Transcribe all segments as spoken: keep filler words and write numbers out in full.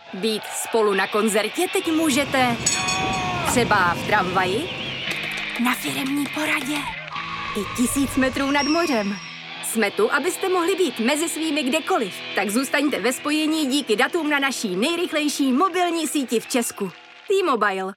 Být spolu na koncertě teď můžete třeba v tramvaji, na firemní poradě i tisíc metrů nad mořem. Jsme tu, abyste mohli být mezi svými kdekoliv. Tak zůstaňte ve spojení díky datům na naší nejrychlejší mobilní síti v Česku. T-Mobile.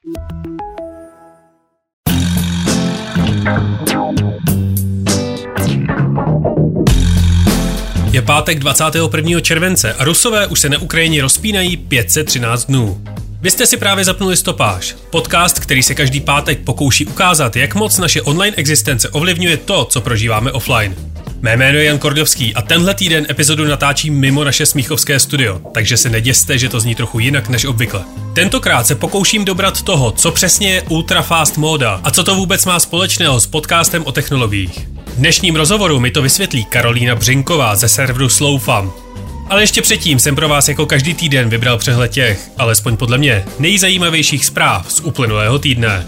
Je pátek dvacátého prvního července a Rusové už se na Ukrajině rozpínají pět set třináct dnů. Vy jste si právě zapnuli Stopáž, podcast, který se každý pátek pokouší ukázat, jak moc naše online existence ovlivňuje to, co prožíváme offline. Mé jméno je Jan Kordovský a tenhle týden epizodu natáčím mimo naše smíchovské studio, takže se neděste, že to zní trochu jinak než obvykle. Tentokrát se pokouším dobrat toho, co přesně je ultrafast móda a co to vůbec má společného s podcastem o technologiích. V dnešním rozhovoru mi to vysvětlí Karolína Břinková ze serveru Slowfam. Ale ještě předtím jsem pro vás jako každý týden vybral přehled těch, alespoň podle mě, nejzajímavějších zpráv z uplynulého týdne.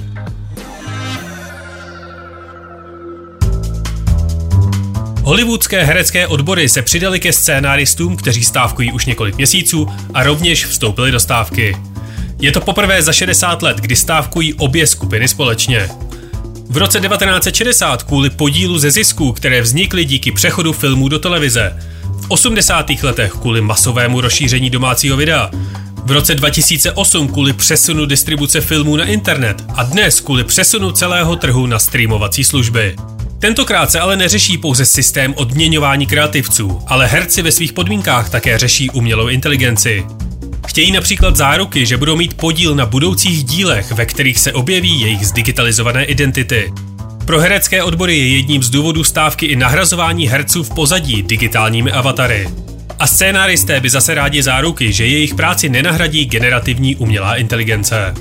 Hollywoodské herecké odbory se přidali ke scénáristům, kteří stávkují už několik měsíců a rovněž vstoupili do stávky. Je to poprvé za šedesát let, kdy stávkují obě skupiny společně. V roce devatenáct set šedesát kvůli podílu ze zisků, které vznikly díky přechodu filmů do televize. V osmdesátých letech kvůli masovému rozšíření domácího videa. V roce dva tisíce osm kvůli přesunu distribuce filmů na internet a dnes kvůli přesunu celého trhu na streamovací služby. Tentokrát se ale neřeší pouze systém odměňování kreativců, ale herci ve svých podmínkách také řeší umělou inteligenci. Chtějí například záruky, že budou mít podíl na budoucích dílech, ve kterých se objeví jejich zdigitalizované identity. Pro herecké odbory je jedním z důvodů stávky i nahrazování herců v pozadí digitálními avatary. A scénáristé by zase rádi záruky, že jejich práci nenahradí generativní umělá inteligence.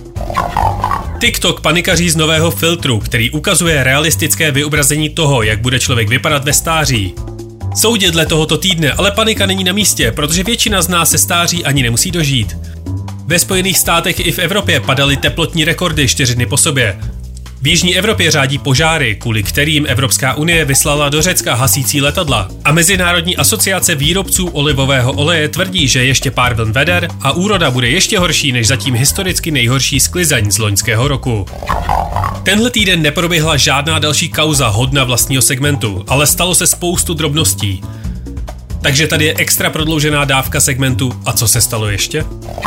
TikTok panikaří z nového filtru, který ukazuje realistické vyobrazení toho, jak bude člověk vypadat ve stáří. Soudě dle tohoto týdne, ale panika není na místě, protože většina z nás se stáří ani nemusí dožít. Ve Spojených státech i v Evropě padaly teplotní rekordy čtyři dny po sobě. V jižní Evropě řádí požáry, kvůli kterým Evropská unie vyslala do Řecka hasící letadla. A Mezinárodní asociace výrobců olivového oleje tvrdí, že ještě pár vln veder a úroda bude ještě horší než zatím historicky nejhorší sklizeň z loňského roku. Tenhle týden neproběhla žádná další kauza hodna vlastního segmentu, ale stalo se spoustu drobností. Takže tady je extra prodloužená dávka segmentu A co se stalo ještě?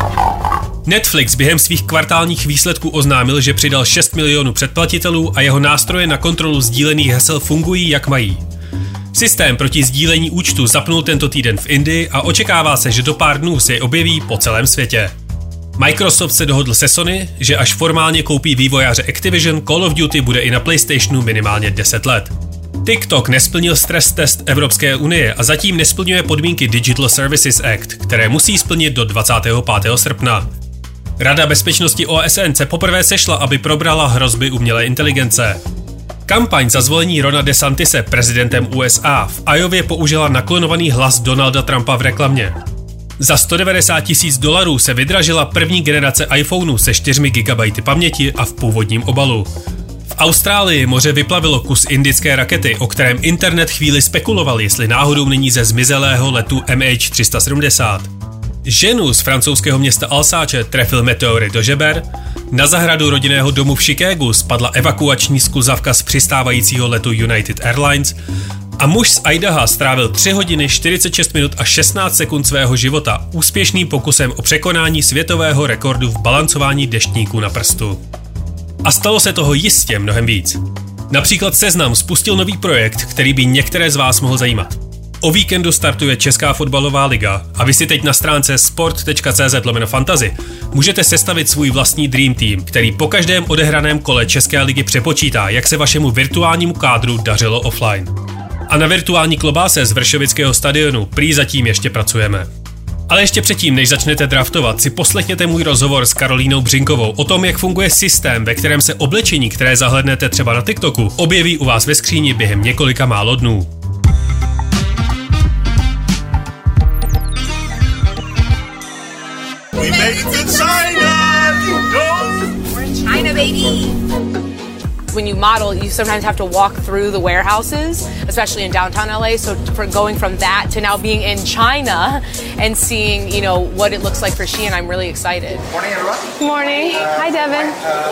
Netflix během svých kvartálních výsledků oznámil, že přidal šest milionů předplatitelů a jeho nástroje na kontrolu sdílených hesel fungují jak mají. Systém proti sdílení účtu zapnul tento týden v Indii a očekává se, že do pár dnů se je objeví po celém světě. Microsoft se dohodl se Sony, že až formálně koupí vývojáře Activision, Call of Duty bude i na PlayStationu minimálně deset let. TikTok nesplnil stres test Evropské unie a zatím nesplňuje podmínky Digital Services Act, které musí splnit do dvacátého pátého srpna. Rada bezpečnosti O S N se poprvé sešla, aby probrala hrozby umělé inteligence. Kampaň za zvolení Rona DeSantise prezidentem U S A v Iowě použila naklonovaný hlas Donalda Trumpa v reklamě. Za sto devadesát tisíc dolarů se vydražila první generace iPhoneu se čtyřmi gigabajty paměti a v původním obalu. V Austrálii moře vyplavilo kus indické rakety, o kterém internet chvíli spekuloval, jestli náhodou není ze zmizelého letu M H tři sta sedmdesát. Ženu z francouzského města Alsáče trefil meteorit do žeber, na zahradu rodinného domu v Chicagu spadla evakuační skluzavka z přistávajícího letu United Airlines a muž z Idaha strávil tři hodiny čtyřicet šest minut a šestnáct sekund svého života úspěšným pokusem o překonání světového rekordu v balancování deštníků na prstu. A stalo se toho jistě mnohem víc. Například Seznam spustil nový projekt, který by některé z vás mohl zajímat. O víkendu startuje Česká fotbalová liga a vy si teď na stránce sport tečka cé zet lomeno fantasy můžete sestavit svůj vlastní Dream Team, který po každém odehraném kole České ligy přepočítá, jak se vašemu virtuálnímu kádru dařilo offline. A na virtuální klobáse z Vršovického stadionu prý zatím ještě pracujeme. Ale ještě předtím, než začnete draftovat, si poslechněte můj rozhovor s Karolínou Břinkovou o tom, jak funguje systém, ve kterém se oblečení, které zahlédnete třeba na TikToku, objeví u vás ve skříni během několika málo dnů. We made it to China, you know. We're in China, baby. when you model, you sometimes have to walk through the warehouses, especially in downtown L A. So for going from that to now being in China and seeing, you know, what it looks like for Shein, I'm really excited. Morning, everyone. Morning. Uh, Hi, Devin.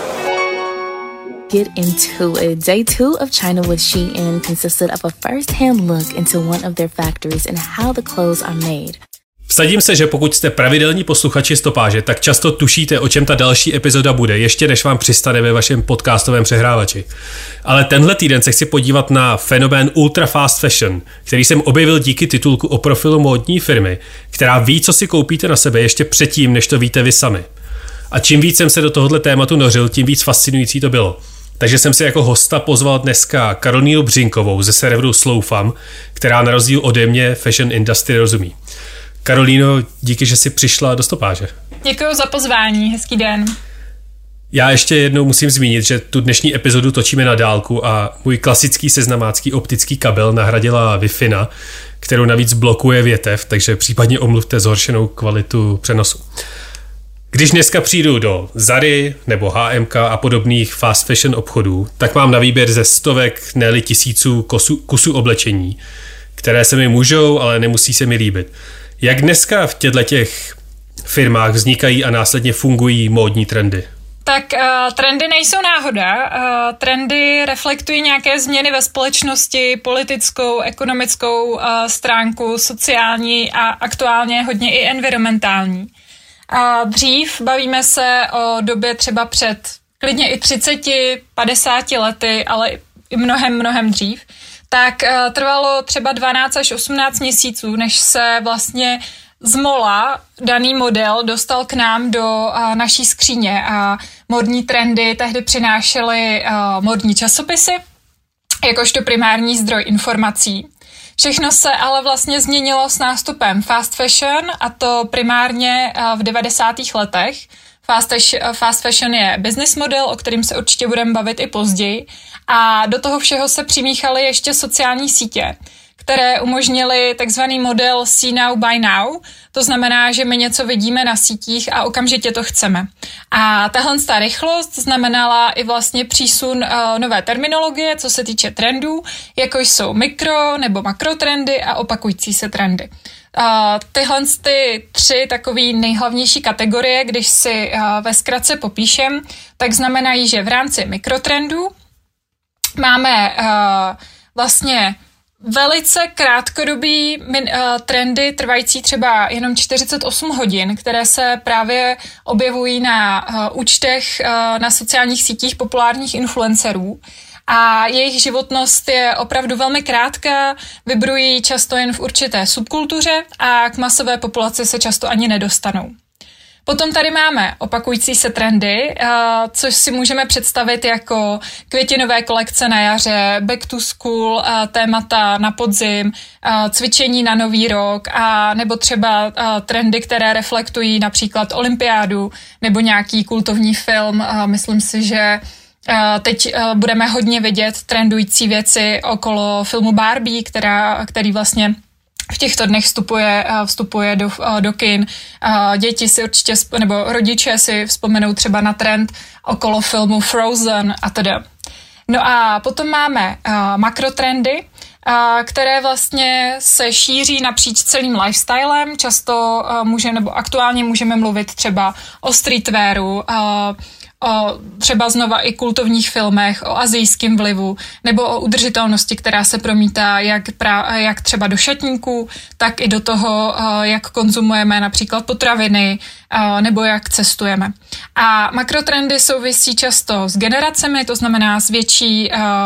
Get into it. Day two of China with Shein consisted of a first-hand look into one of their factories and how the clothes are made. Vsadím se, že pokud jste pravidelní posluchači Stopáže, tak často tušíte, o čem ta další epizoda bude, ještě než vám přistane ve vašem podcastovém přehrávači. Ale tenhle týden se chci podívat na fenomén ultra fast fashion, který jsem objevil díky titulku o profilu módní firmy, která ví, co si koupíte na sebe ještě předtím, než to víte vy sami. A čím víc jsem se do tohohle tématu nořil, tím víc fascinující to bylo. Takže jsem si jako hosta pozval dneska Karolínu Břínkovou ze serveru Slowfam, která na rozdíl ode mě fashion industry rozumí. Karolíno, díky, že jsi přišla do Stopáže. Děkuji za pozvání, hezký den. Já ještě jednou musím zmínit, že tu dnešní epizodu točíme na dálku a můj klasický seznamácký optický kabel nahradila Wi-Fi, kterou navíc blokuje větev, takže případně omluvte zhoršenou kvalitu přenosu. Když dneska přijdu do Zary nebo H M K a podobných fast fashion obchodů, tak mám na výběr ze stovek, ne-li tisíců kusů, kusů oblečení, které se mi můžou, ale nemusí se mi líbit. Jak dneska v těchto těch firmách vznikají a následně fungují módní trendy? Tak uh, trendy nejsou náhoda. Uh, trendy reflektují nějaké změny ve společnosti, politickou, ekonomickou uh, stránku, sociální a aktuálně hodně i environmentální. Uh, dřív bavíme se o době třeba před klidně i třiceti, padesáti lety, ale i mnohem, mnohem dřív. Tak uh, trvalo třeba dvanáct až osmnáct měsíců, než se vlastně z mola daný model dostal k nám do uh, naší skříně a modní trendy tehdy přinášely uh, modní časopisy jakožto primární zdroj informací. Všechno se ale vlastně změnilo s nástupem fast fashion, a to primárně uh, v devadesátých letech. Fast, fast fashion je business model, o kterým se určitě budeme bavit i později. A do toho všeho se přimíchaly ještě sociální sítě, které umožnily takzvaný model see now, buy now. To znamená, že my něco vidíme na sítích a okamžitě to chceme. A tahle ta rychlost znamenala i vlastně přísun uh, nové terminologie, co se týče trendů, jako jsou mikro nebo makrotrendy a opakující se trendy. Uh, tyhle ty tři takové nejhlavnější kategorie, když si uh, ve zkratce popíšem, tak znamenají, že v rámci mikrotrendů máme uh, vlastně velice krátkodobý min, uh, trendy trvající třeba jenom čtyřicet osm hodin, které se právě objevují na uh, účtech uh, na sociálních sítích populárních influencerů. A jejich životnost je opravdu velmi krátká, vybrují často jen v určité subkultuře a k masové populaci se často ani nedostanou. Potom tady máme opakující se trendy, což si můžeme představit jako květinové kolekce na jaře, back to school, témata na podzim, cvičení na nový rok a nebo třeba trendy, které reflektují například olympiádu nebo nějaký kultovní film. Myslím si, že teď budeme hodně vidět trendující věci okolo filmu Barbie, která, který vlastně v těchto dnech vstupuje, vstupuje do, do kin. Děti si určitě, nebo rodiče si vzpomenou třeba na trend okolo filmu Frozen a teda. No a potom máme makrotrendy, které vlastně se šíří napříč celým lifestylem. Často může, nebo aktuálně můžeme mluvit třeba o streetwearu, o třeba znova i kultovních filmech, o asijském vlivu nebo o udržitelnosti, která se promítá jak, pra, jak třeba do šatníků, tak i do toho, jak konzumujeme například potraviny nebo jak cestujeme. A makrotrendy souvisí často s generacemi, to znamená s větší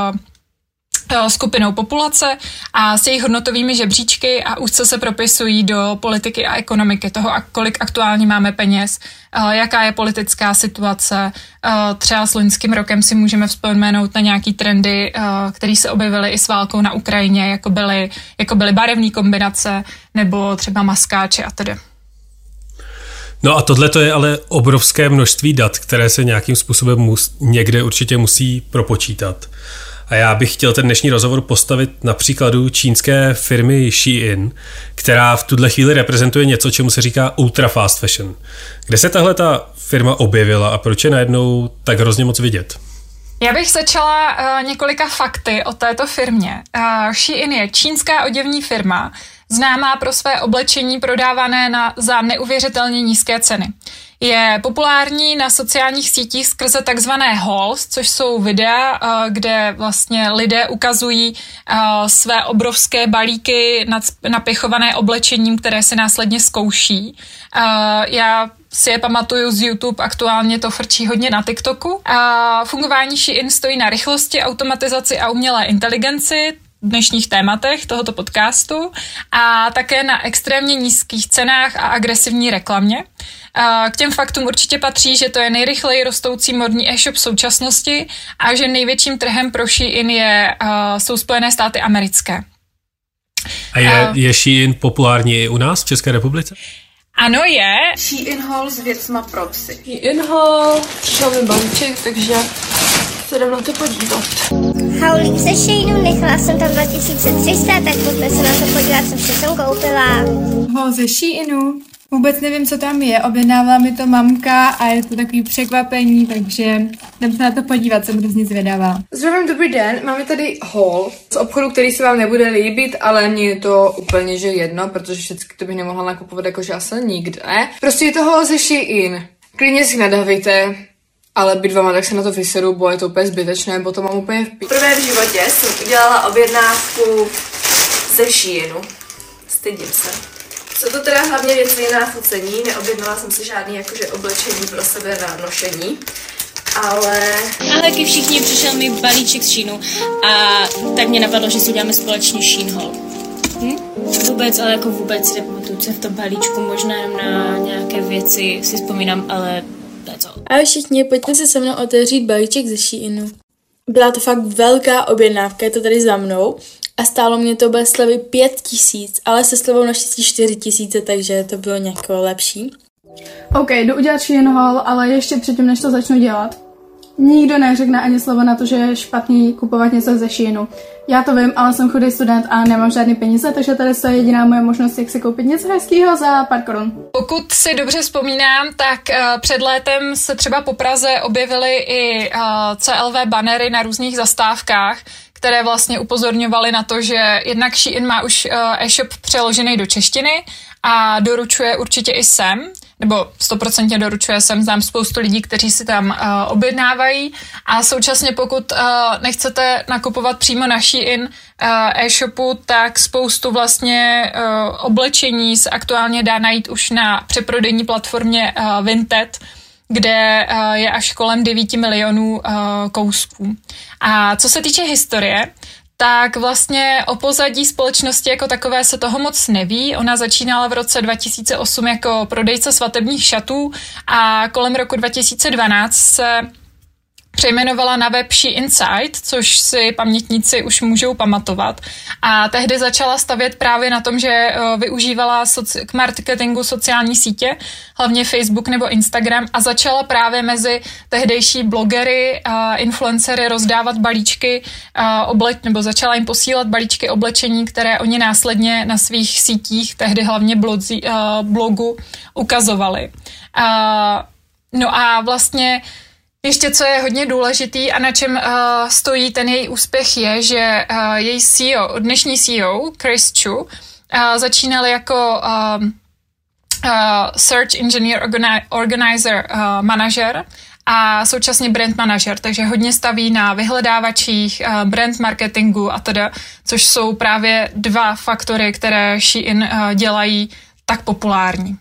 skupinou populace a s jejich hodnotovými žebříčky a úzce se propisují do politiky a ekonomiky toho, kolik aktuálně máme peněz, jaká je politická situace. Třeba s loňským rokem si můžeme vzpomenout na nějaký trendy, které se objevily i s válkou na Ukrajině, jako byly, jako byly barevné kombinace nebo třeba maskáče a tedy. No a tohle to je ale obrovské množství dat, které se nějakým způsobem mus, někde určitě musí propočítat. A já bych chtěl ten dnešní rozhovor postavit na příkladu čínské firmy Shein, která v tuhle chvíli reprezentuje něco, čemu se říká ultra fast fashion. Kde se tahle ta firma objevila a proč je najednou tak hrozně moc vidět? Já bych začala uh, několika fakty o této firmě. Uh, Shein je čínská oděvní firma, známá pro své oblečení prodávané na, za neuvěřitelně nízké ceny. Je populární na sociálních sítích skrze takzvané hauls, což jsou videa, kde vlastně lidé ukazují své obrovské balíky napěchované oblečením, které se následně zkouší. Já si je pamatuju z YouTube, aktuálně to frčí hodně na TikToku. Fungování Shein stojí na rychlosti, automatizaci a umělé inteligenci, dnešních tématech tohoto podcastu, a také na extrémně nízkých cenách a agresivní reklamě. K těm faktům určitě patří, že to je nejrychleji rostoucí modní e-shop v současnosti a že největším trhem pro Shein je, jsou Spojené státy americké. A je, je Shein populární i u nás v České republice? Ano, je. Shein haul s věcma pro psy. Shein haul, přišel mi balíček, takže se jdem na to podívat. Haulík ze Sheinu, nechala jsem tam dva tisíce tři sta, tak pojďme se na to podívat, co vše jsem koupila. Haul ze Sheinu. Vůbec nevím, co tam je, objednávala mi to mamka a je to takový překvapení, takže jdem se na to podívat, jsem hrozně zvědavá. Zdravím, dobrý den, máme tady haul z obchodu, který se vám nebude líbit, ale mně je to úplně že jedno, protože všechny to bych nemohla nakupovat jakože asi nikde. Prostě je to haul ze Shein. Klidně si nadávejte, ale být dvama, tak se na to vyseru, bo je to úplně zbytečné, bo to mám úplně v pí... Prvé v životě jsem udělala objednávku ze Sheinu. Stydím se. Jsou to teda hlavně věci na focení, neobjednala jsem si žádný jakože oblečení pro sebe na nošení, ale... Ale taky všichni přišel mi balíček z Sheinu a tak mě napadlo, že si uděláme společně Shein haul. Hm? Vůbec, ale jako vůbec si nepamatuju, co v tom balíčku, možná jenom na nějaké věci si vzpomínám, ale that's all. A všichni, pojďme se se mnou otevřít balíček ze Sheinu. Byla to fakt velká objednávka, je to tady za mnou. A stálo mě to bez slevy pět tisíc, ale se slevou naštěstí čtyři tisíce, takže to bylo nějak lepší. OK, jdu udělat Shein haul, ale ještě předtím, než to začnu dělat. Nikdo neřekne ani slovo na to, že je špatný kupovat něco ze Sheinu. Já to vím, ale jsem chudý student a nemám žádný peníze, takže tady je jediná moje možnost, jak si koupit něco hezkého za pár korun. Pokud si dobře vzpomínám, tak uh, před létem se třeba po Praze objevily i uh, C L V banery na různých zastávkách, které vlastně upozorňovaly na to, že jednak Shein má už uh, e-shop přeložený do češtiny a doručuje určitě i sem, nebo stoprocentně doručuje sem, znám spoustu lidí, kteří si tam uh, objednávají, a současně pokud uh, nechcete nakupovat přímo na Shein uh, e-shopu, tak spoustu vlastně uh, oblečení se aktuálně dá najít už na přeprodejní platformě uh, Vinted, kde uh, je až kolem devět milionů uh, kousků. A co se týče historie, tak vlastně o pozadí společnosti jako takové se toho moc neví. Ona začínala v roce dva tisíce osm jako prodejce svatebních šatů a kolem roku dva tisíce dvanáct se přejmenovala na web Shein Site, což si pamětníci už můžou pamatovat. A tehdy začala stavět právě na tom, že využívala soci- k marketingu sociální sítě, hlavně Facebook nebo Instagram, a začala právě mezi tehdejší blogery a influencery rozdávat balíčky obleč, nebo začala jim posílat balíčky oblečení, které oni následně na svých sítích, tehdy hlavně blogi, blogu, ukazovali. No a vlastně ještě co je hodně důležitý a na čem uh, stojí ten její úspěch je, že uh, její C E O, dnešní C E O, Chris Chu, uh, začínal jako uh, uh, Search Engineer organi- Organizer uh, manažer a současně brand manažer, takže hodně staví na vyhledávačích, uh, brand marketingu a teda, což jsou právě dva faktory, které Shein uh, dělají tak populární.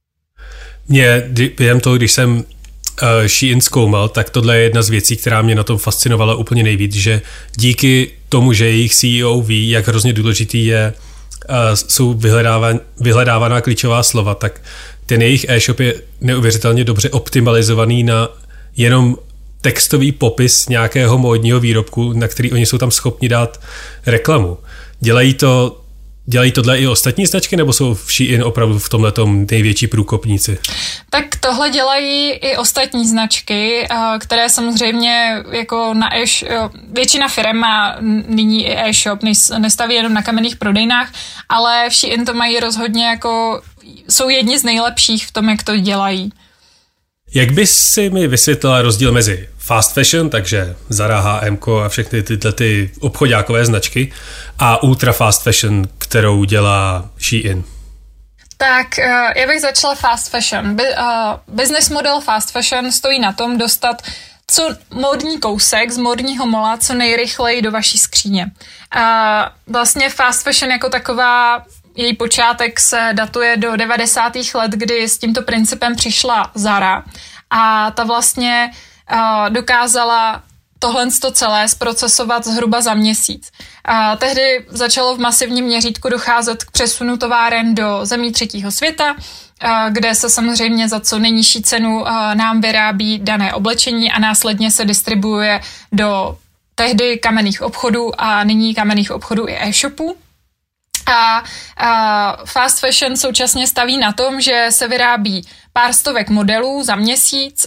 Mě během toho, když jsem Uh, Shein zkoumal, tak tohle je jedna z věcí, která mě na tom fascinovala úplně nejvíc, že díky tomu, že jejich C E O ví, jak hrozně důležitý je, uh, jsou vyhledávan, vyhledávaná klíčová slova, tak ten jejich e-shop je neuvěřitelně dobře optimalizovaný na jenom textový popis nějakého módního výrobku, na který oni jsou tam schopni dát reklamu. Dělají to Dělají tohle i ostatní značky, nebo jsou v Shein opravdu v tomhletom největší průkopníci? Tak tohle dělají i ostatní značky, které samozřejmě jako na e- většina firem má nyní i e-shop, nestaví jenom na kamenných prodejnách, ale v Shein to mají rozhodně jako, jsou jedni z nejlepších v tom, jak to dělají. Jak bys si mi vysvětlila rozdíl mezi fast fashion, takže Zara, H and M a všechny tyhle ty obchodákové značky, a ultra fast fashion, kterou dělá Shein? Tak já bych začala fast fashion. Business model fast fashion stojí na tom dostat co módní kousek z módního mola co nejrychleji do vaší skříně. A vlastně fast fashion jako taková, její počátek se datuje do devadesátých let, kdy s tímto principem přišla Zara a ta vlastně uh, dokázala tohle celé zprocesovat zhruba za měsíc. A tehdy začalo v masivním měřítku docházet k přesunu továren do zemí třetího světa, kde se samozřejmě za co nejnižší cenu nám vyrábí dané oblečení a následně se distribuuje do tehdy kamenných obchodů a nyní kamenných obchodů i e-shopů. A, a fast fashion současně staví na tom, že se vyrábí pár stovek modelů za měsíc,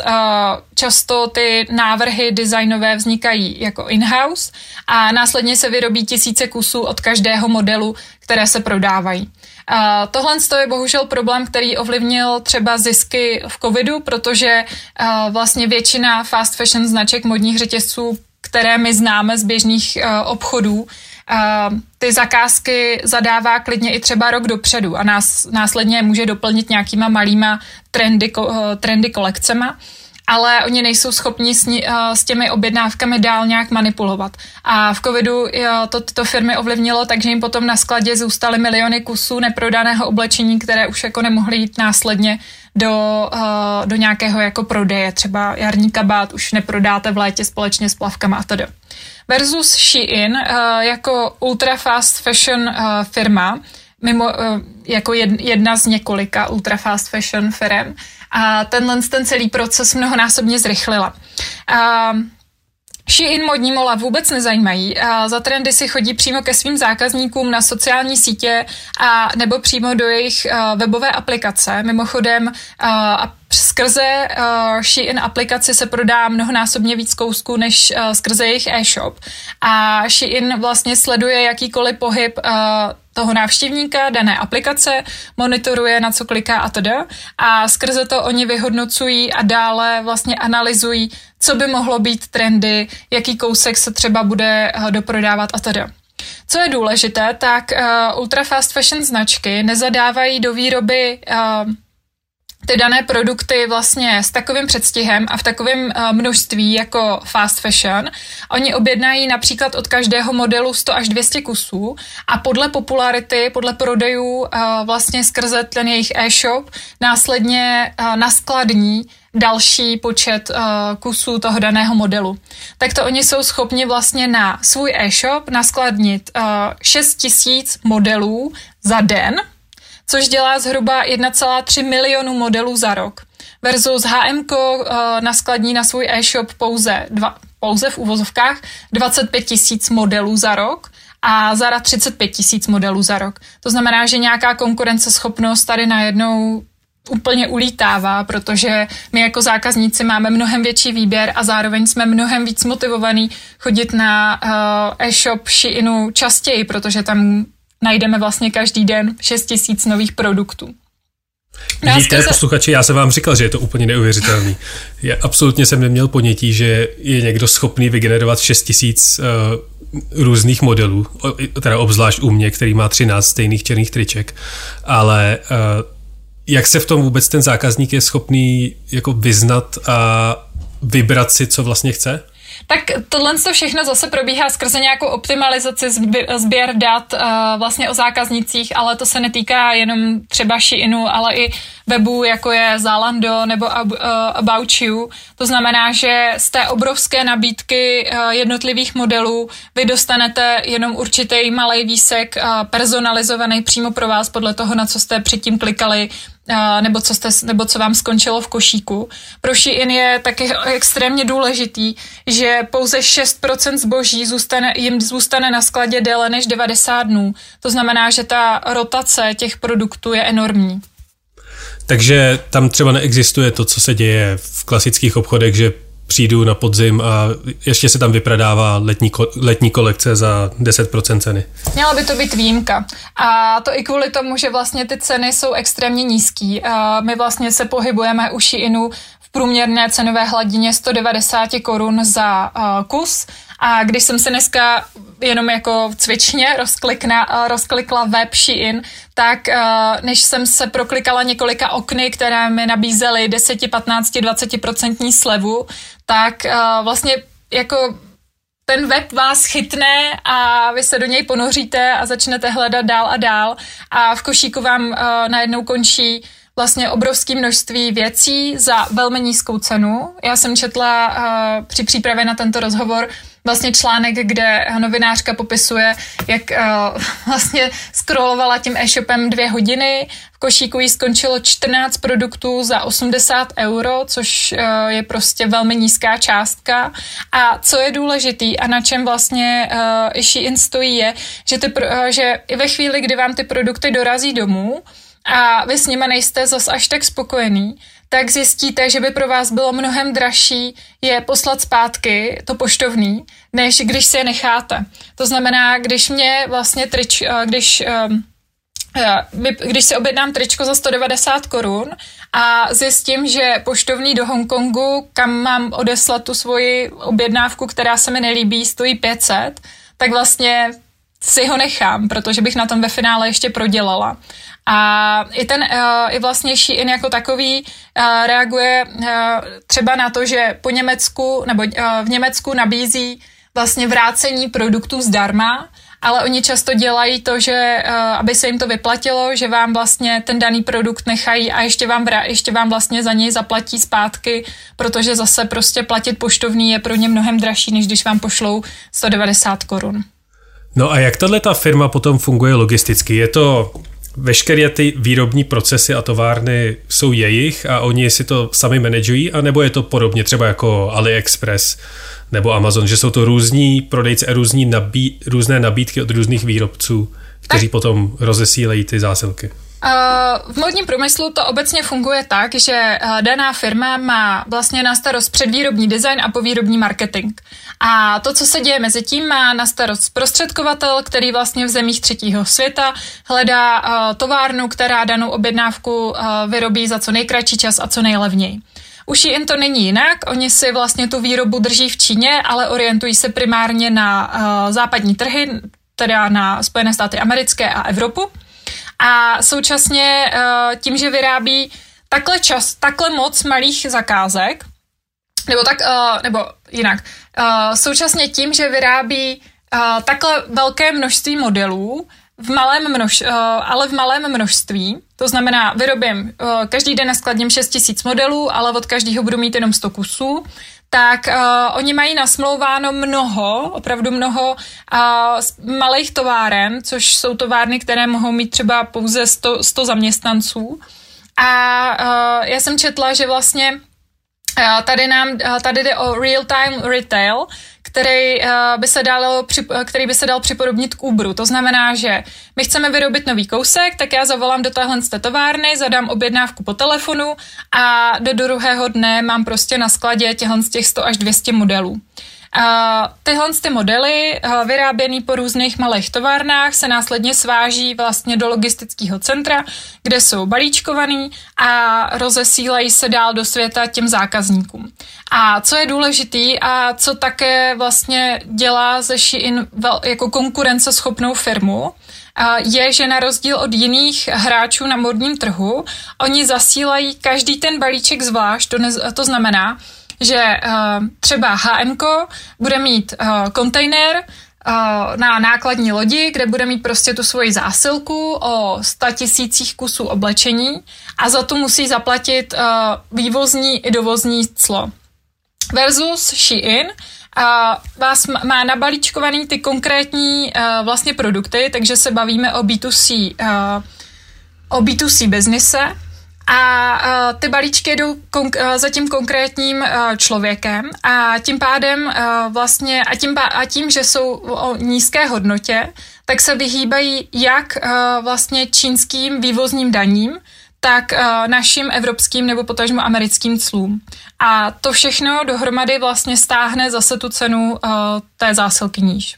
často ty návrhy designové vznikají jako in-house a následně se vyrobí tisíce kusů od každého modelu, které se prodávají. Tohle je bohužel problém, který ovlivnil třeba zisky v covidu, protože vlastně většina fast fashion značek modních řetězců, které my známe z běžných obchodů, Uh, ty zakázky zadává klidně i třeba rok dopředu a nás, následně může doplnit nějakýma malýma trendy, uh, trendy kolekcema, ale oni nejsou schopni s, ní, uh, s těmi objednávkami dál nějak manipulovat. A v covidu uh, to tyto firmy ovlivnilo, takže jim potom na skladě zůstaly miliony kusů neprodaného oblečení, které už jako nemohly jít následně do, uh, do nějakého jako prodeje. Třeba jarní kabát už neprodáte v létě společně s plavkama a tedy. Versus Shein uh, jako ultra fast fashion uh, firma, mimo, uh, jako jedna z několika ultra fast fashion firm, a tenhle ten celý proces mnohonásobně zrychlila. Uh, Shein modní mola vůbec nezajímají. A za trendy si chodí přímo ke svým zákazníkům na sociální sítě a nebo přímo do jejich uh, webové aplikace. Mimochodem uh, a skrze uh, Shein aplikaci se prodá mnohonásobně víc kousků než uh, skrze jejich e-shop. A Shein vlastně sleduje jakýkoliv pohyb uh, toho návštěvníka dané aplikace, monitoruje, na co kliká a td. A skrze to oni vyhodnocují a dále vlastně analyzují, co by mohlo být trendy, jaký kousek se třeba bude doprodávat a td. Co je důležité, tak uh, ultra fast fashion značky nezadávají do výroby uh, ty dané produkty vlastně s takovým předstihem a v takovém uh, množství jako fast fashion. Oni objednají například od každého modelu sto až dvě stě kusů a podle popularity, podle prodejů uh, vlastně skrze ten jejich e-shop následně uh, naskladní další počet uh, kusů toho daného modelu. Tak to oni jsou schopni vlastně na svůj e-shop naskladnit uh, šest tisíc modelů za den, což dělá zhruba jedna celá tři milionu modelů za rok. Versus H and M uh, naskladní na svůj e-shop pouze, dva, pouze v uvozovkách dvacet pět tisíc modelů za rok a Zara třicet pět tisíc modelů za rok. To znamená, že nějaká konkurenceschopnost tady najednou úplně ulítává, protože my jako zákazníci máme mnohem větší výběr a zároveň jsme mnohem víc motivovaní chodit na uh, e-shop Sheinu častěji, protože tam najdeme vlastně každý den šest tisíc nových produktů. Vidíte, posluchači, já jsem vám říkal, že je to úplně neuvěřitelný. Já absolutně jsem neměl ponětí, že je někdo schopný vygenerovat šest tisíc uh, různých modelů, teda obzvlášť u mě, který má třináct stejných černých triček, ale uh, jak se v tom vůbec ten zákazník je schopný jako vyznat a vybrat si, co vlastně chce? Tak tohle všechno zase probíhá skrze nějakou optimalizaci sběr dat uh, vlastně o zákaznicích, ale to se netýká jenom třeba Sheinu, ale i webů, jako je Zalando nebo uh, About You. To znamená, že z té obrovské nabídky uh, jednotlivých modelů vy dostanete jenom určitý malej výsek uh, personalizovaný přímo pro vás podle toho, na co jste předtím klikali, Uh, nebo, co jste, nebo co vám skončilo v košíku. Pro Shein je taky extrémně důležitý, že pouze šest procent zboží zůstane, jim zůstane na skladě déle než devadesát dnů. To znamená, že ta rotace těch produktů je enormní. Takže tam třeba neexistuje to, co se děje v klasických obchodech, že přijdu na podzim a ještě se tam vyprodává letní, letní kolekce za deset procent ceny. Měla by to být výjimka. A to i kvůli tomu, že vlastně ty ceny jsou extrémně nízký. A my vlastně se pohybujeme u Sheinu v průměrné cenové hladině sto devadesát korun za uh, kus. A když jsem se dneska jenom jako cvičně rozklikna, rozklikla web Shein, tak uh, než jsem se proklikala několika okny, které mi nabízely deset, patnáct, dvacet procent slevu, tak uh, vlastně jako ten web vás chytne a vy se do něj ponoříte a začnete hledat dál a dál a v košíku vám uh, najednou končí vlastně obrovské množství věcí za velmi nízkou cenu. Já jsem četla uh, při přípravě na tento rozhovor vlastně článek, kde novinářka popisuje, jak uh, vlastně scrollovala tím e-shopem dvě hodiny. V košíku jí skončilo čtrnáct produktů za osmdesát euro, což uh, je prostě velmi nízká částka. A co je důležitý a na čem vlastně uh, Shein stojí je, že, ty, uh, že i ve chvíli, kdy vám ty produkty dorazí domů a vy s nimi nejste zas až tak spokojený, tak zjistíte, že by pro vás bylo mnohem dražší je poslat zpátky to poštovný, než když si je necháte. To znamená, když mě vlastně trič, když, když si objednám tričko za sto devadesát korun a zjistím, že poštovný do Hongkongu, kam mám odeslat tu svoji objednávku, která se mi nelíbí, stojí pět set, tak vlastně si ho nechám, protože bych na tom ve finále ještě prodělala. A i ten, i vlastně Shein jako takový reaguje třeba na to, že po Německu, nebo v Německu nabízí vlastně vrácení produktů zdarma, ale oni často dělají to, že aby se jim to vyplatilo, že vám vlastně ten daný produkt nechají a ještě vám, ještě vám vlastně za něj zaplatí zpátky, protože zase prostě platit poštovný je pro ně mnohem dražší, než když vám pošlou sto devadesát korun. No a jak tato firma potom funguje logisticky? Je to veškeré ty výrobní procesy a továrny jsou jejich a oni si to sami manažují, anebo je to podobně třeba jako AliExpress nebo Amazon, že jsou to různí prodejci a různí nabí, různé nabídky od různých výrobců, kteří tak potom rozesílejí ty zásilky? V módním průmyslu to obecně funguje tak, že daná firma má vlastně na starost předvýrobní design a povýrobní marketing. A to, co se děje mezi tím, má na starost zprostředkovatel, který vlastně v zemích třetího světa hledá továrnu, která danou objednávku vyrobí za co nejkratší čas a co nejlevněji. U Shein to není jinak, oni si vlastně tu výrobu drží v Číně, ale orientují se primárně na západní trhy, teda na Spojené státy americké a Evropu. A současně tím, že vyrábí takhle čas, takhle moc malých zakázek, nebo tak, nebo jinak, současně tím, že vyrábí takhle velké množství modelů, v malém množ, ale v malém množství, to znamená, vyrobím každý den naskladním šest tisíc modelů, ale od každého budu mít jenom sto kusů, tak uh, oni mají nasmlouváno mnoho, opravdu mnoho uh, malých továren, což jsou továrny, které mohou mít třeba pouze sto, sto zaměstnanců. A uh, já jsem četla, že vlastně uh, tady, nám, uh, tady jde o real-time retail, který, uh, by se dalo, který by se dal připodobnit k Uberu. To znamená, že my chceme vyrobit nový kousek, tak já zavolám do téhle továrny, zadám objednávku po telefonu a do druhého dne mám prostě na skladě těchhle z těch sto až dvě stě modelů. Uh, tyhle ty modely, uh, vyráběný po různých malých továrnách, se následně sváží vlastně do logistického centra, kde jsou balíčkovaný a rozesílají se dál do světa těm zákazníkům. A co je důležitý a co také vlastně dělá ze Shein jako konkurenceschopnou firmu, je, že na rozdíl od jiných hráčů na modním trhu, oni zasílají každý ten balíček zvlášť, to, ne, to znamená, že uh, třeba há em ko bude mít uh, kontejner uh, na nákladní lodi, kde bude mít prostě tu svoji zásilku o sto tisících kusů oblečení a za to musí zaplatit uh, vývozní i dovozní clo. Versus Shein uh, vás má nabalíčkovaný ty konkrétní uh, vlastně produkty, takže se bavíme o bé dvě cé, uh, o bé dvě cé biznise. A uh, ty balíčky jdou konk- uh, za tím konkrétním uh, člověkem a tím pádem uh, vlastně a tím, a tím, že jsou o nízké hodnotě, tak se vyhýbají jak uh, vlastně čínským vývozním daním, tak uh, našim evropským nebo potažmo americkým clům. A to všechno dohromady vlastně stáhne zase tu cenu uh, té zásilky níž.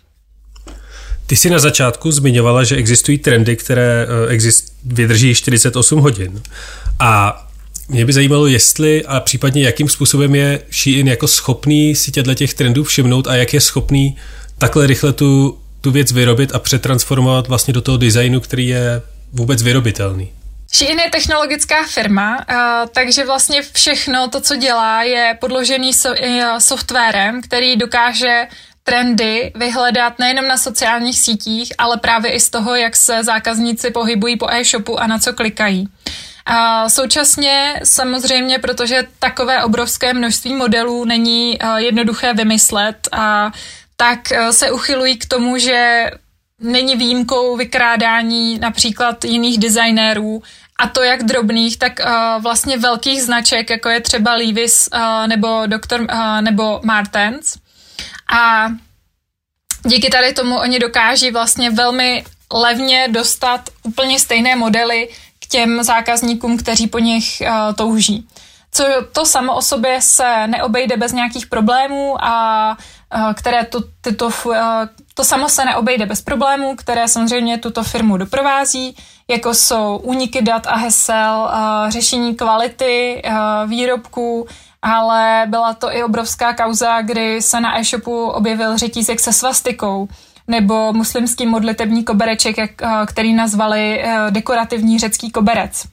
Ty jsi na začátku zmiňovala, že existují trendy, které uh, exist- vydrží čtyřicet osm hodin. A mě by zajímalo, jestli a případně jakým způsobem je Shein jako schopný si těch trendů všimnout a jak je schopný takhle rychle tu, tu věc vyrobit a přetransformovat vlastně do toho designu, který je vůbec vyrobitelný. Shein je technologická firma, takže vlastně všechno to, co dělá, je podložený softwarem, který dokáže trendy vyhledat nejenom na sociálních sítích, ale právě i z toho, jak se zákazníci pohybují po e-shopu a na co klikají. A současně samozřejmě, protože takové obrovské množství modelů není jednoduché vymyslet, a tak se uchylují k tomu, že není výjimkou vykrádání například jiných designérů, a to jak drobných, tak uh, vlastně velkých značek, jako je třeba Levi's uh, nebo doktor uh, nebo Martens. A díky tady tomu oni dokáží vlastně velmi levně dostat úplně stejné modely k těm zákazníkům, kteří po nich uh, touží. Co to samo o sobě se neobejde bez nějakých problémů a uh, které to, tyto, uh, to samo se neobejde bez problémů, které samozřejmě tuto firmu doprovází, jako jsou úniky dat a hesel, uh, řešení kvality uh, výrobků, ale byla to i obrovská kauza, kdy se na e-shopu objevil řetízek se svastikou, nebo muslimský modlitební kobereček, jak, uh, který nazvali uh, dekorativní řecký koberec.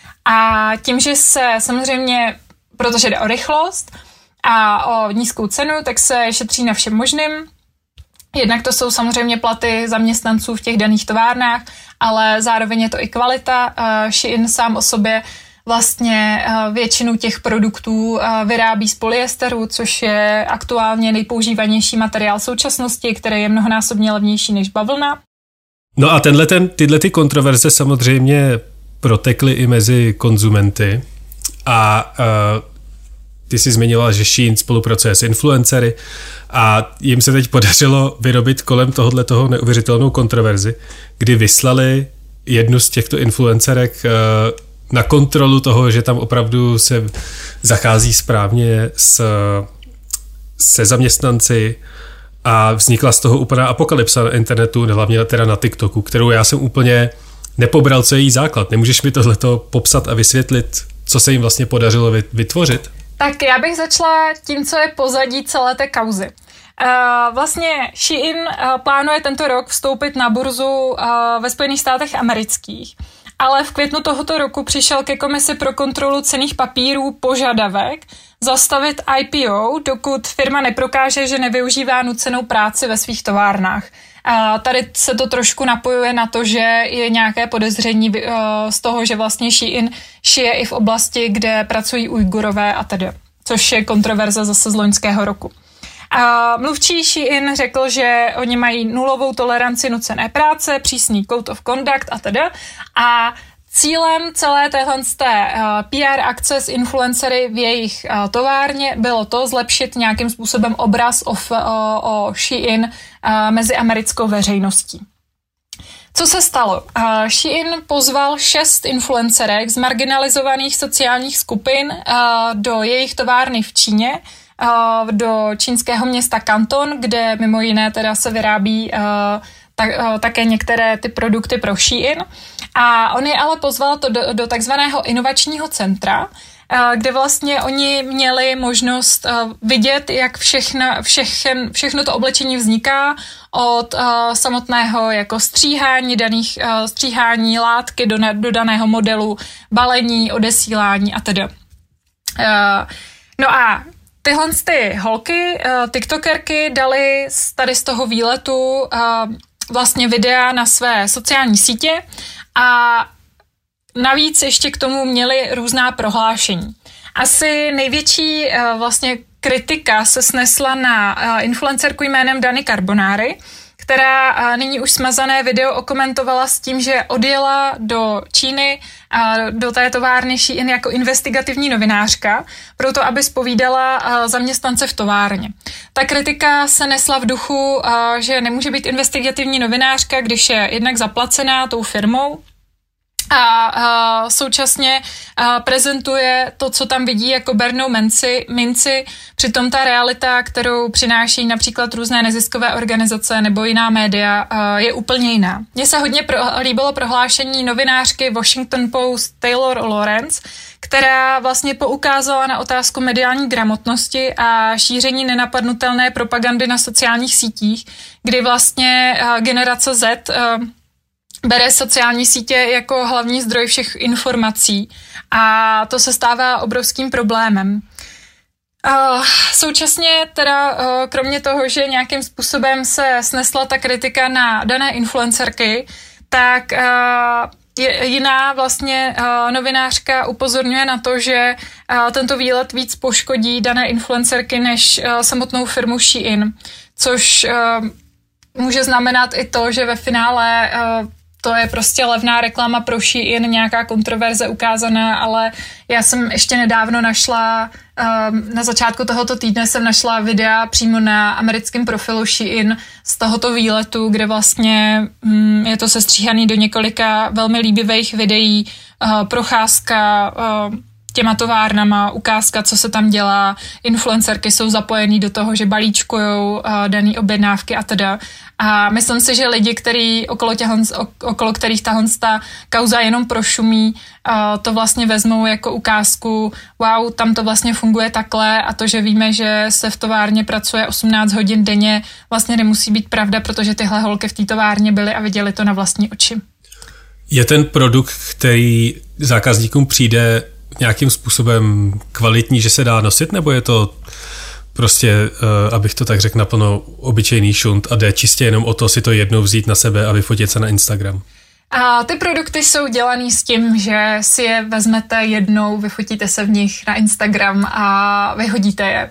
A tím, že se samozřejmě, protože jde o rychlost a o nízkou cenu, tak se šetří na všem možným. Jednak to jsou samozřejmě platy zaměstnanců v těch daných továrnách, ale zároveň je to i kvalita. Shein sám o sobě vlastně většinu těch produktů vyrábí z polyesteru, což je aktuálně nejpoužívanější materiál současnosti, který je mnohonásobně levnější než bavlna. No a tenhle ten, tyhle ty kontroverze samozřejmě protekly i mezi konzumenty a uh, ty jsi zmiňovala, že Shein spolupracuje s influencery a jim se teď podařilo vyrobit kolem tohohle toho neuvěřitelnou kontroverzi, kdy vyslali jednu z těchto influencerek uh, na kontrolu toho, že tam opravdu se zachází správně s, se zaměstnanci a vznikla z toho úplná apokalypsa na internetu, hlavně teda na TikToku, kterou já jsem úplně nepobral, co je její základ. Nemůžeš mi tohleto popsat a vysvětlit, co se jim vlastně podařilo vytvořit? Tak já bych začala tím, co je pozadí celé té kauzy. Uh, vlastně Shein uh, plánuje tento rok vstoupit na burzu uh, ve Spojených státech amerických, ale v květnu tohoto roku přišel ke komisi pro kontrolu cenných papírů požadavek zastavit I P O, dokud firma neprokáže, že nevyužívá nucenou práci ve svých továrnách. A tady se to trošku napojuje na to, že je nějaké podezření uh, z toho, že vlastně Shein šije i v oblasti, kde pracují Ujgurové a tedy, což je kontroverze zase z loňského roku. A mluvčí Shein řekl, že oni mají nulovou toleranci nucené práce, přísný code of conduct a tedy. A cílem celé téhle P R akce s influencery v jejich továrně bylo to zlepšit nějakým způsobem obraz o, o Shein mezi americkou veřejností. Co se stalo? Shein pozval šest influencerek z marginalizovaných sociálních skupin do jejich továrny v Číně, do čínského města Kanton, kde mimo jiné teda se vyrábí tak, také některé ty produkty pro Shein. A on je ale pozval to do, do takzvaného inovačního centra, kde vlastně oni měli možnost vidět, jak všechna, všechen, všechno to oblečení vzniká od samotného jako stříhání daných stříhání látky do, do daného modelu, balení, odesílání a tedy. No a tyhle ty holky, tiktokerky, dali tady z toho výletu vlastně videa na své sociální sítě a navíc ještě k tomu měli různá prohlášení. Asi největší vlastně kritika se snesla na influencerku jménem Dani Carbonari, která nyní už smazané video okomentovala s tím, že odjela do Číny do té továrny Shein jako investigativní novinářka, proto aby zpovídala zaměstnance v továrně. Ta kritika se nesla v duchu, že nemůže být investigativní novinářka, když je jednak zaplacená tou firmou a uh, současně uh, prezentuje to, co tam vidí jako bernou minci, minci, přitom ta realita, kterou přináší například různé neziskové organizace nebo jiná média, uh, je úplně jiná. Mně se hodně pro, líbilo prohlášení novinářky Washington Post Taylor Lorenz, která vlastně poukázala na otázku mediální gramotnosti a šíření nenapadnutelné propagandy na sociálních sítích, kdy vlastně uh, generace Z uh, bere sociální sítě jako hlavní zdroj všech informací a to se stává obrovským problémem. Uh, současně teda uh, kromě toho, že nějakým způsobem se snesla ta kritika na dané influencerky, tak uh, je, jiná vlastně uh, novinářka upozorňuje na to, že uh, tento výlet víc poškodí dané influencerky než uh, samotnou firmu Shein, což uh, může znamenat i to, že ve finále uh, to je prostě levná reklama pro Shein, nějaká kontroverze ukázaná, ale já jsem ještě nedávno našla, um, na začátku tohoto týdne jsem našla videa přímo na americkém profilu Shein z tohoto výletu, kde vlastně um, je to sestříhaný do několika velmi líbivých videí, uh, procházka uh, těma továrnama, ukázka, co se tam dělá, influencerky jsou zapojený do toho, že balíčkujou uh, daný objednávky a teda. A myslím si, že lidi, který okolo, těhon, okolo kterých tahle ta kauza jenom prošumí, uh, to vlastně vezmou jako ukázku, wow, tam to vlastně funguje takhle a to, že víme, že se v továrně pracuje osmnáct hodin denně, vlastně nemusí být pravda, protože tyhle holky v té továrně byly a viděli to na vlastní oči. Je ten produkt, který zákazníkům přijde nějakým způsobem kvalitní, že se dá nosit, nebo je to prostě, uh, abych to tak řekl, naplno obyčejný šunt a jde čistě jenom o to si to jednou vzít na sebe a vyfotit se na Instagram? A ty produkty jsou dělaný s tím, že si je vezmete jednou, vyfotíte se v nich na Instagram a vyhodíte je.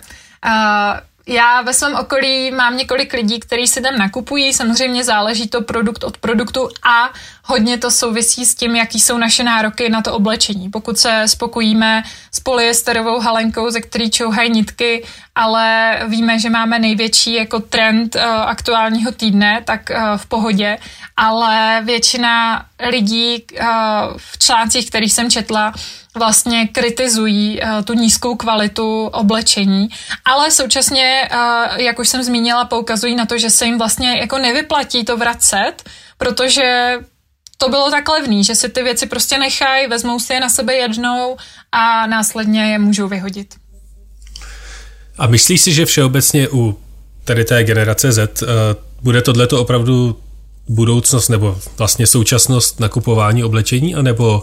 A já ve svém okolí mám několik lidí, kteří si tam nakupují, samozřejmě záleží to produkt od produktu a hodně to souvisí s tím, jaký jsou naše nároky na to oblečení. Pokud se spokojíme s polyesterovou halenkou, ze který čouhají nitky, ale víme, že máme největší jako trend uh, aktuálního týdne, tak uh, v pohodě, ale většina lidí uh, v článcích, kterých jsem četla, vlastně kritizují uh, tu nízkou kvalitu oblečení, ale současně, uh, jak už jsem zmínila, poukazují na to, že se jim vlastně jako nevyplatí to vracet, protože to bylo tak levný, že si ty věci prostě nechají, vezmou si je na sebe jednou a následně je můžou vyhodit. A myslíš si, že všeobecně u tady té generace Z uh, bude tohleto opravdu budoucnost nebo vlastně současnost nakupování oblečení, anebo uh,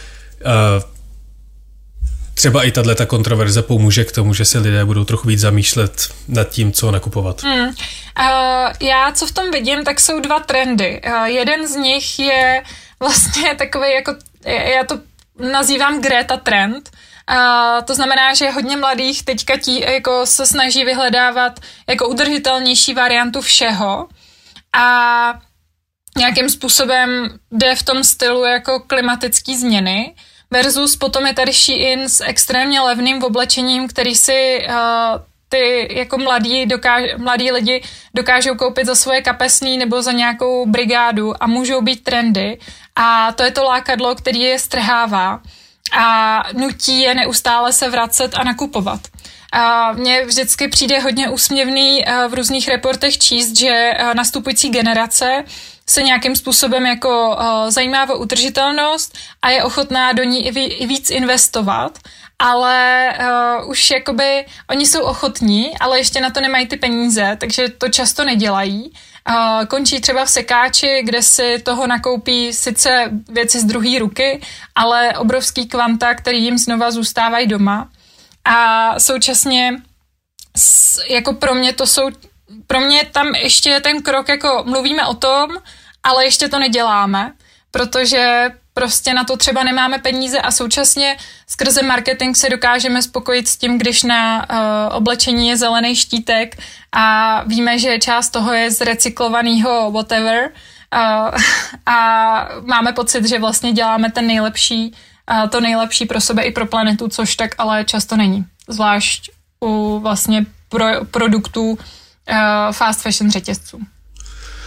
třeba i tato kontroverze pomůže k tomu, že se lidé budou trochu víc zamýšlet nad tím, co nakupovat? Hmm. Uh, já, co v tom vidím, tak jsou dva trendy. Uh, jeden z nich je vlastně takový, jako, já to nazývám Greta trend. Uh, to znamená, že hodně mladých teďka tí, jako se snaží vyhledávat jako udržitelnější variantu všeho a nějakým způsobem jde v tom stylu jako klimatický změny. Versus potom je tady Shein s extrémně levným oblečením, který si uh, ty jako mladí, dokáž, mladí lidi dokážou koupit za svoje kapesný nebo za nějakou brigádu a můžou být trendy. A to je to lákadlo, který je strhává a nutí je neustále se vracet a nakupovat. A mně vždycky přijde hodně úsměvný v různých reportech číst, že nastupující generace se nějakým způsobem jako uh, zajímá o udržitelnost a je ochotná do ní i, ví, i víc investovat, ale uh, už jakoby oni jsou ochotní, ale ještě na to nemají ty peníze, takže to často nedělají. Uh, končí třeba v sekáči, kde si toho nakoupí sice věci z druhé ruky, ale obrovský kvanta, který jim znova zůstávají doma. A současně jako pro mě to jsou pro mě tam ještě je ten krok, jako mluvíme o tom, ale ještě to neděláme, protože prostě na to třeba nemáme peníze a současně skrze marketing se dokážeme spokojit s tím, když na uh, oblečení je zelený štítek a víme, že část toho je z recyklovaného whatever uh, a máme pocit, že vlastně děláme ten nejlepší, uh, to nejlepší pro sebe i pro planetu, což tak ale často není. Zvlášť u vlastně pro, produktů fast fashion řetězců.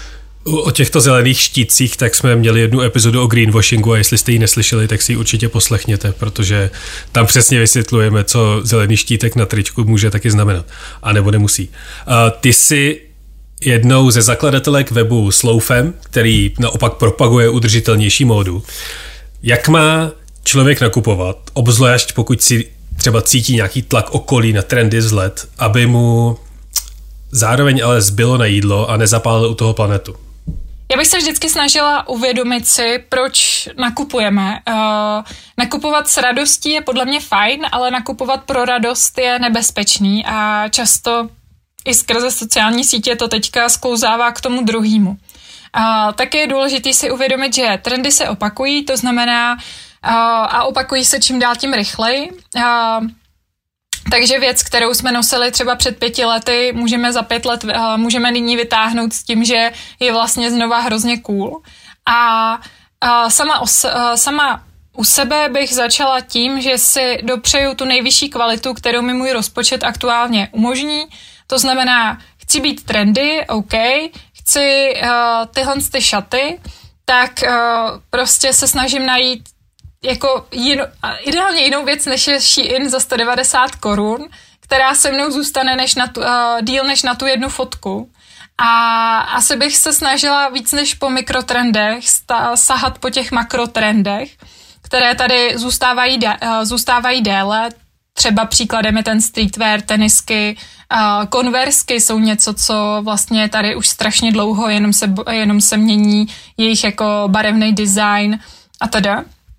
O těchto zelených štítcích tak jsme měli jednu epizodu o greenwashingu a jestli jste ji neslyšeli, tak si ji určitě poslechněte, protože tam přesně vysvětlujeme, co zelený štítek na tričku může taky znamenat. A nebo nemusí. A ty jsi jednou ze zakladatelek webu Sloufem, který naopak propaguje udržitelnější módu. Jak má člověk nakupovat, obzvlášť pokud si třeba cítí nějaký tlak okolí na trendy z let, aby mu zároveň ale zbylo na jídlo a nezapálil u toho planetu? Já bych se vždycky snažila uvědomit si, proč nakupujeme. Uh, nakupovat s radostí je podle mě fajn, ale nakupovat pro radost je nebezpečný a často i skrze sociální sítě to teďka sklouzává k tomu druhému. Uh, také je důležité si uvědomit, že trendy se opakují, to znamená uh, a opakují se čím dál tím rychleji. Uh, Takže věc, kterou jsme nosili třeba před pěti lety, můžeme za pět let, uh, můžeme nyní vytáhnout s tím, že je vlastně znova hrozně cool. A uh, sama, os, uh, sama u sebe bych začala tím, že si dopřeju tu nejvyšší kvalitu, kterou mi můj rozpočet aktuálně umožní. To znamená, chci být trendy, OK, chci uh, tyhle ty šaty, tak uh, prostě se snažím najít jako jinou, ideálně jinou věc, než je Shein za sto devadesát korun, která se mnou zůstane než na tu, uh, díl než na tu jednu fotku. A asi bych se snažila víc než po mikrotrendech sta, sahat po těch makrotrendech, které tady zůstávají, de, uh, zůstávají déle. Třeba příkladem je ten streetwear, tenisky, uh, konversky jsou něco, co vlastně tady už strašně dlouho, jenom se, jenom se mění jejich jako barevný design a teda.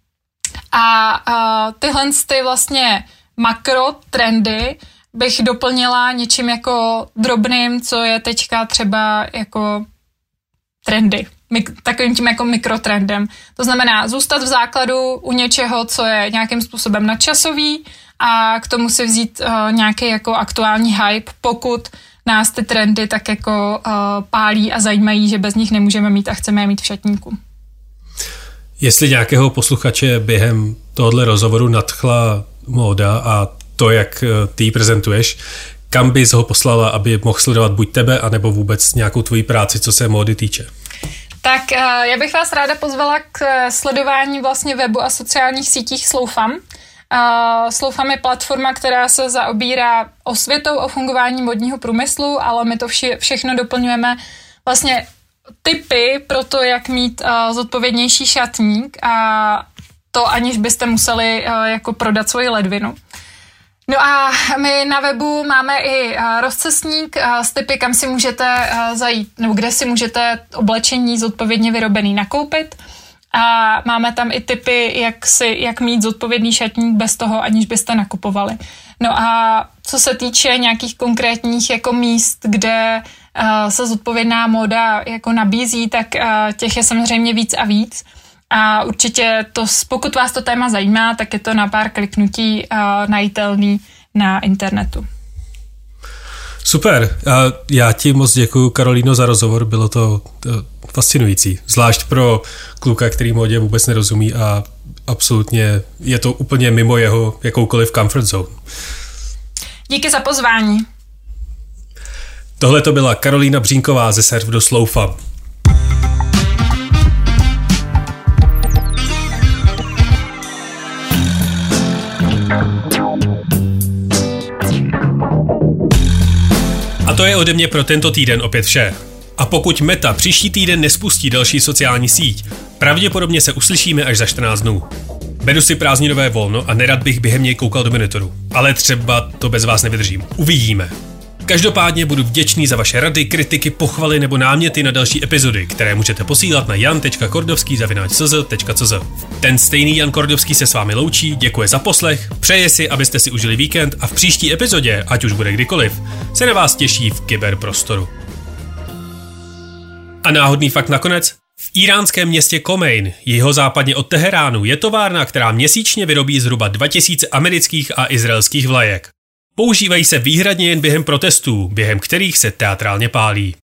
A uh, tyhle ty vlastně makrotrendy bych doplnila něčím jako drobným, co je teďka třeba jako trendy. Mik- takovým tím jako mikrotrendem. To znamená zůstat v základu u něčeho, co je nějakým způsobem nadčasový a k tomu si vzít uh, nějaký jako aktuální hype, pokud nás ty trendy tak jako uh, pálí a zajímají, že bez nich nemůžeme mít a chceme je mít v šatníku. Jestli nějakého posluchače během tohohle rozhovoru nadchla móda a to, jak ty ji prezentuješ, kam bys ho poslala, aby mohl sledovat buď tebe, anebo vůbec nějakou tvoji práci, co se módy týče? Tak já bych vás ráda pozvala k sledování vlastně webu a sociálních sítích Sloufam. Sloufam je platforma, která se zaobírá osvětou o fungování modního průmyslu, ale my to vše, všechno doplňujeme vlastně tipy pro to, jak mít uh, zodpovědnější šatník a to aniž byste museli uh, jako prodat svoji ledvinu. No a my na webu máme i uh, rozcestník uh, s tipy, kam si můžete uh, zajít, nebo kde si můžete oblečení zodpovědně vyrobený nakoupit. A máme tam i tipy, jak, si, jak mít zodpovědný šatník bez toho, aniž byste nakupovali. No a co se týče nějakých konkrétních jako míst, kde uh, se zodpovědná móda jako nabízí, tak uh, těch je samozřejmě víc a víc. A určitě, to, pokud vás to téma zajímá, tak je to na pár kliknutí uh, najitelný na internetu. Super, já ti moc děkuju, Karolíno, za rozhovor, bylo to fascinující, zvlášť pro kluka, který módě vůbec nerozumí a absolutně je to úplně mimo jeho jakoukoliv comfort zone. Díky za pozvání. Tohle to byla Karolína Břínková ze serveru do Sloufam. A to je ode mě pro tento týden opět vše. A pokud Meta příští týden nespustí další sociální síť, pravděpodobně se uslyšíme až za čtrnáct dnů. Beru si prázdninové volno a nerad bych během něj koukal do monitoru, ale třeba to bez vás nevydržím. Uvidíme. Každopádně budu vděčný za vaše rady, kritiky, pochvaly nebo náměty na další epizody, které můžete posílat na jan tečka kordovský zavináč c z tečka c z. Ten stejný Jan Kordovský se s vámi loučí, děkuje za poslech, přeje si, abyste si užili víkend a v příští epizodě, ať už bude kdykoliv, se na vás těší v kyberprostoru. A náhodný fakt nakonec? V íránském městě Komein, jihozápadně od Teheránu, je továrna, která měsíčně vyrobí zhruba dva tisíce amerických a izraelských vlajek. Používají se výhradně jen během protestů, během kterých se teatrálně pálí.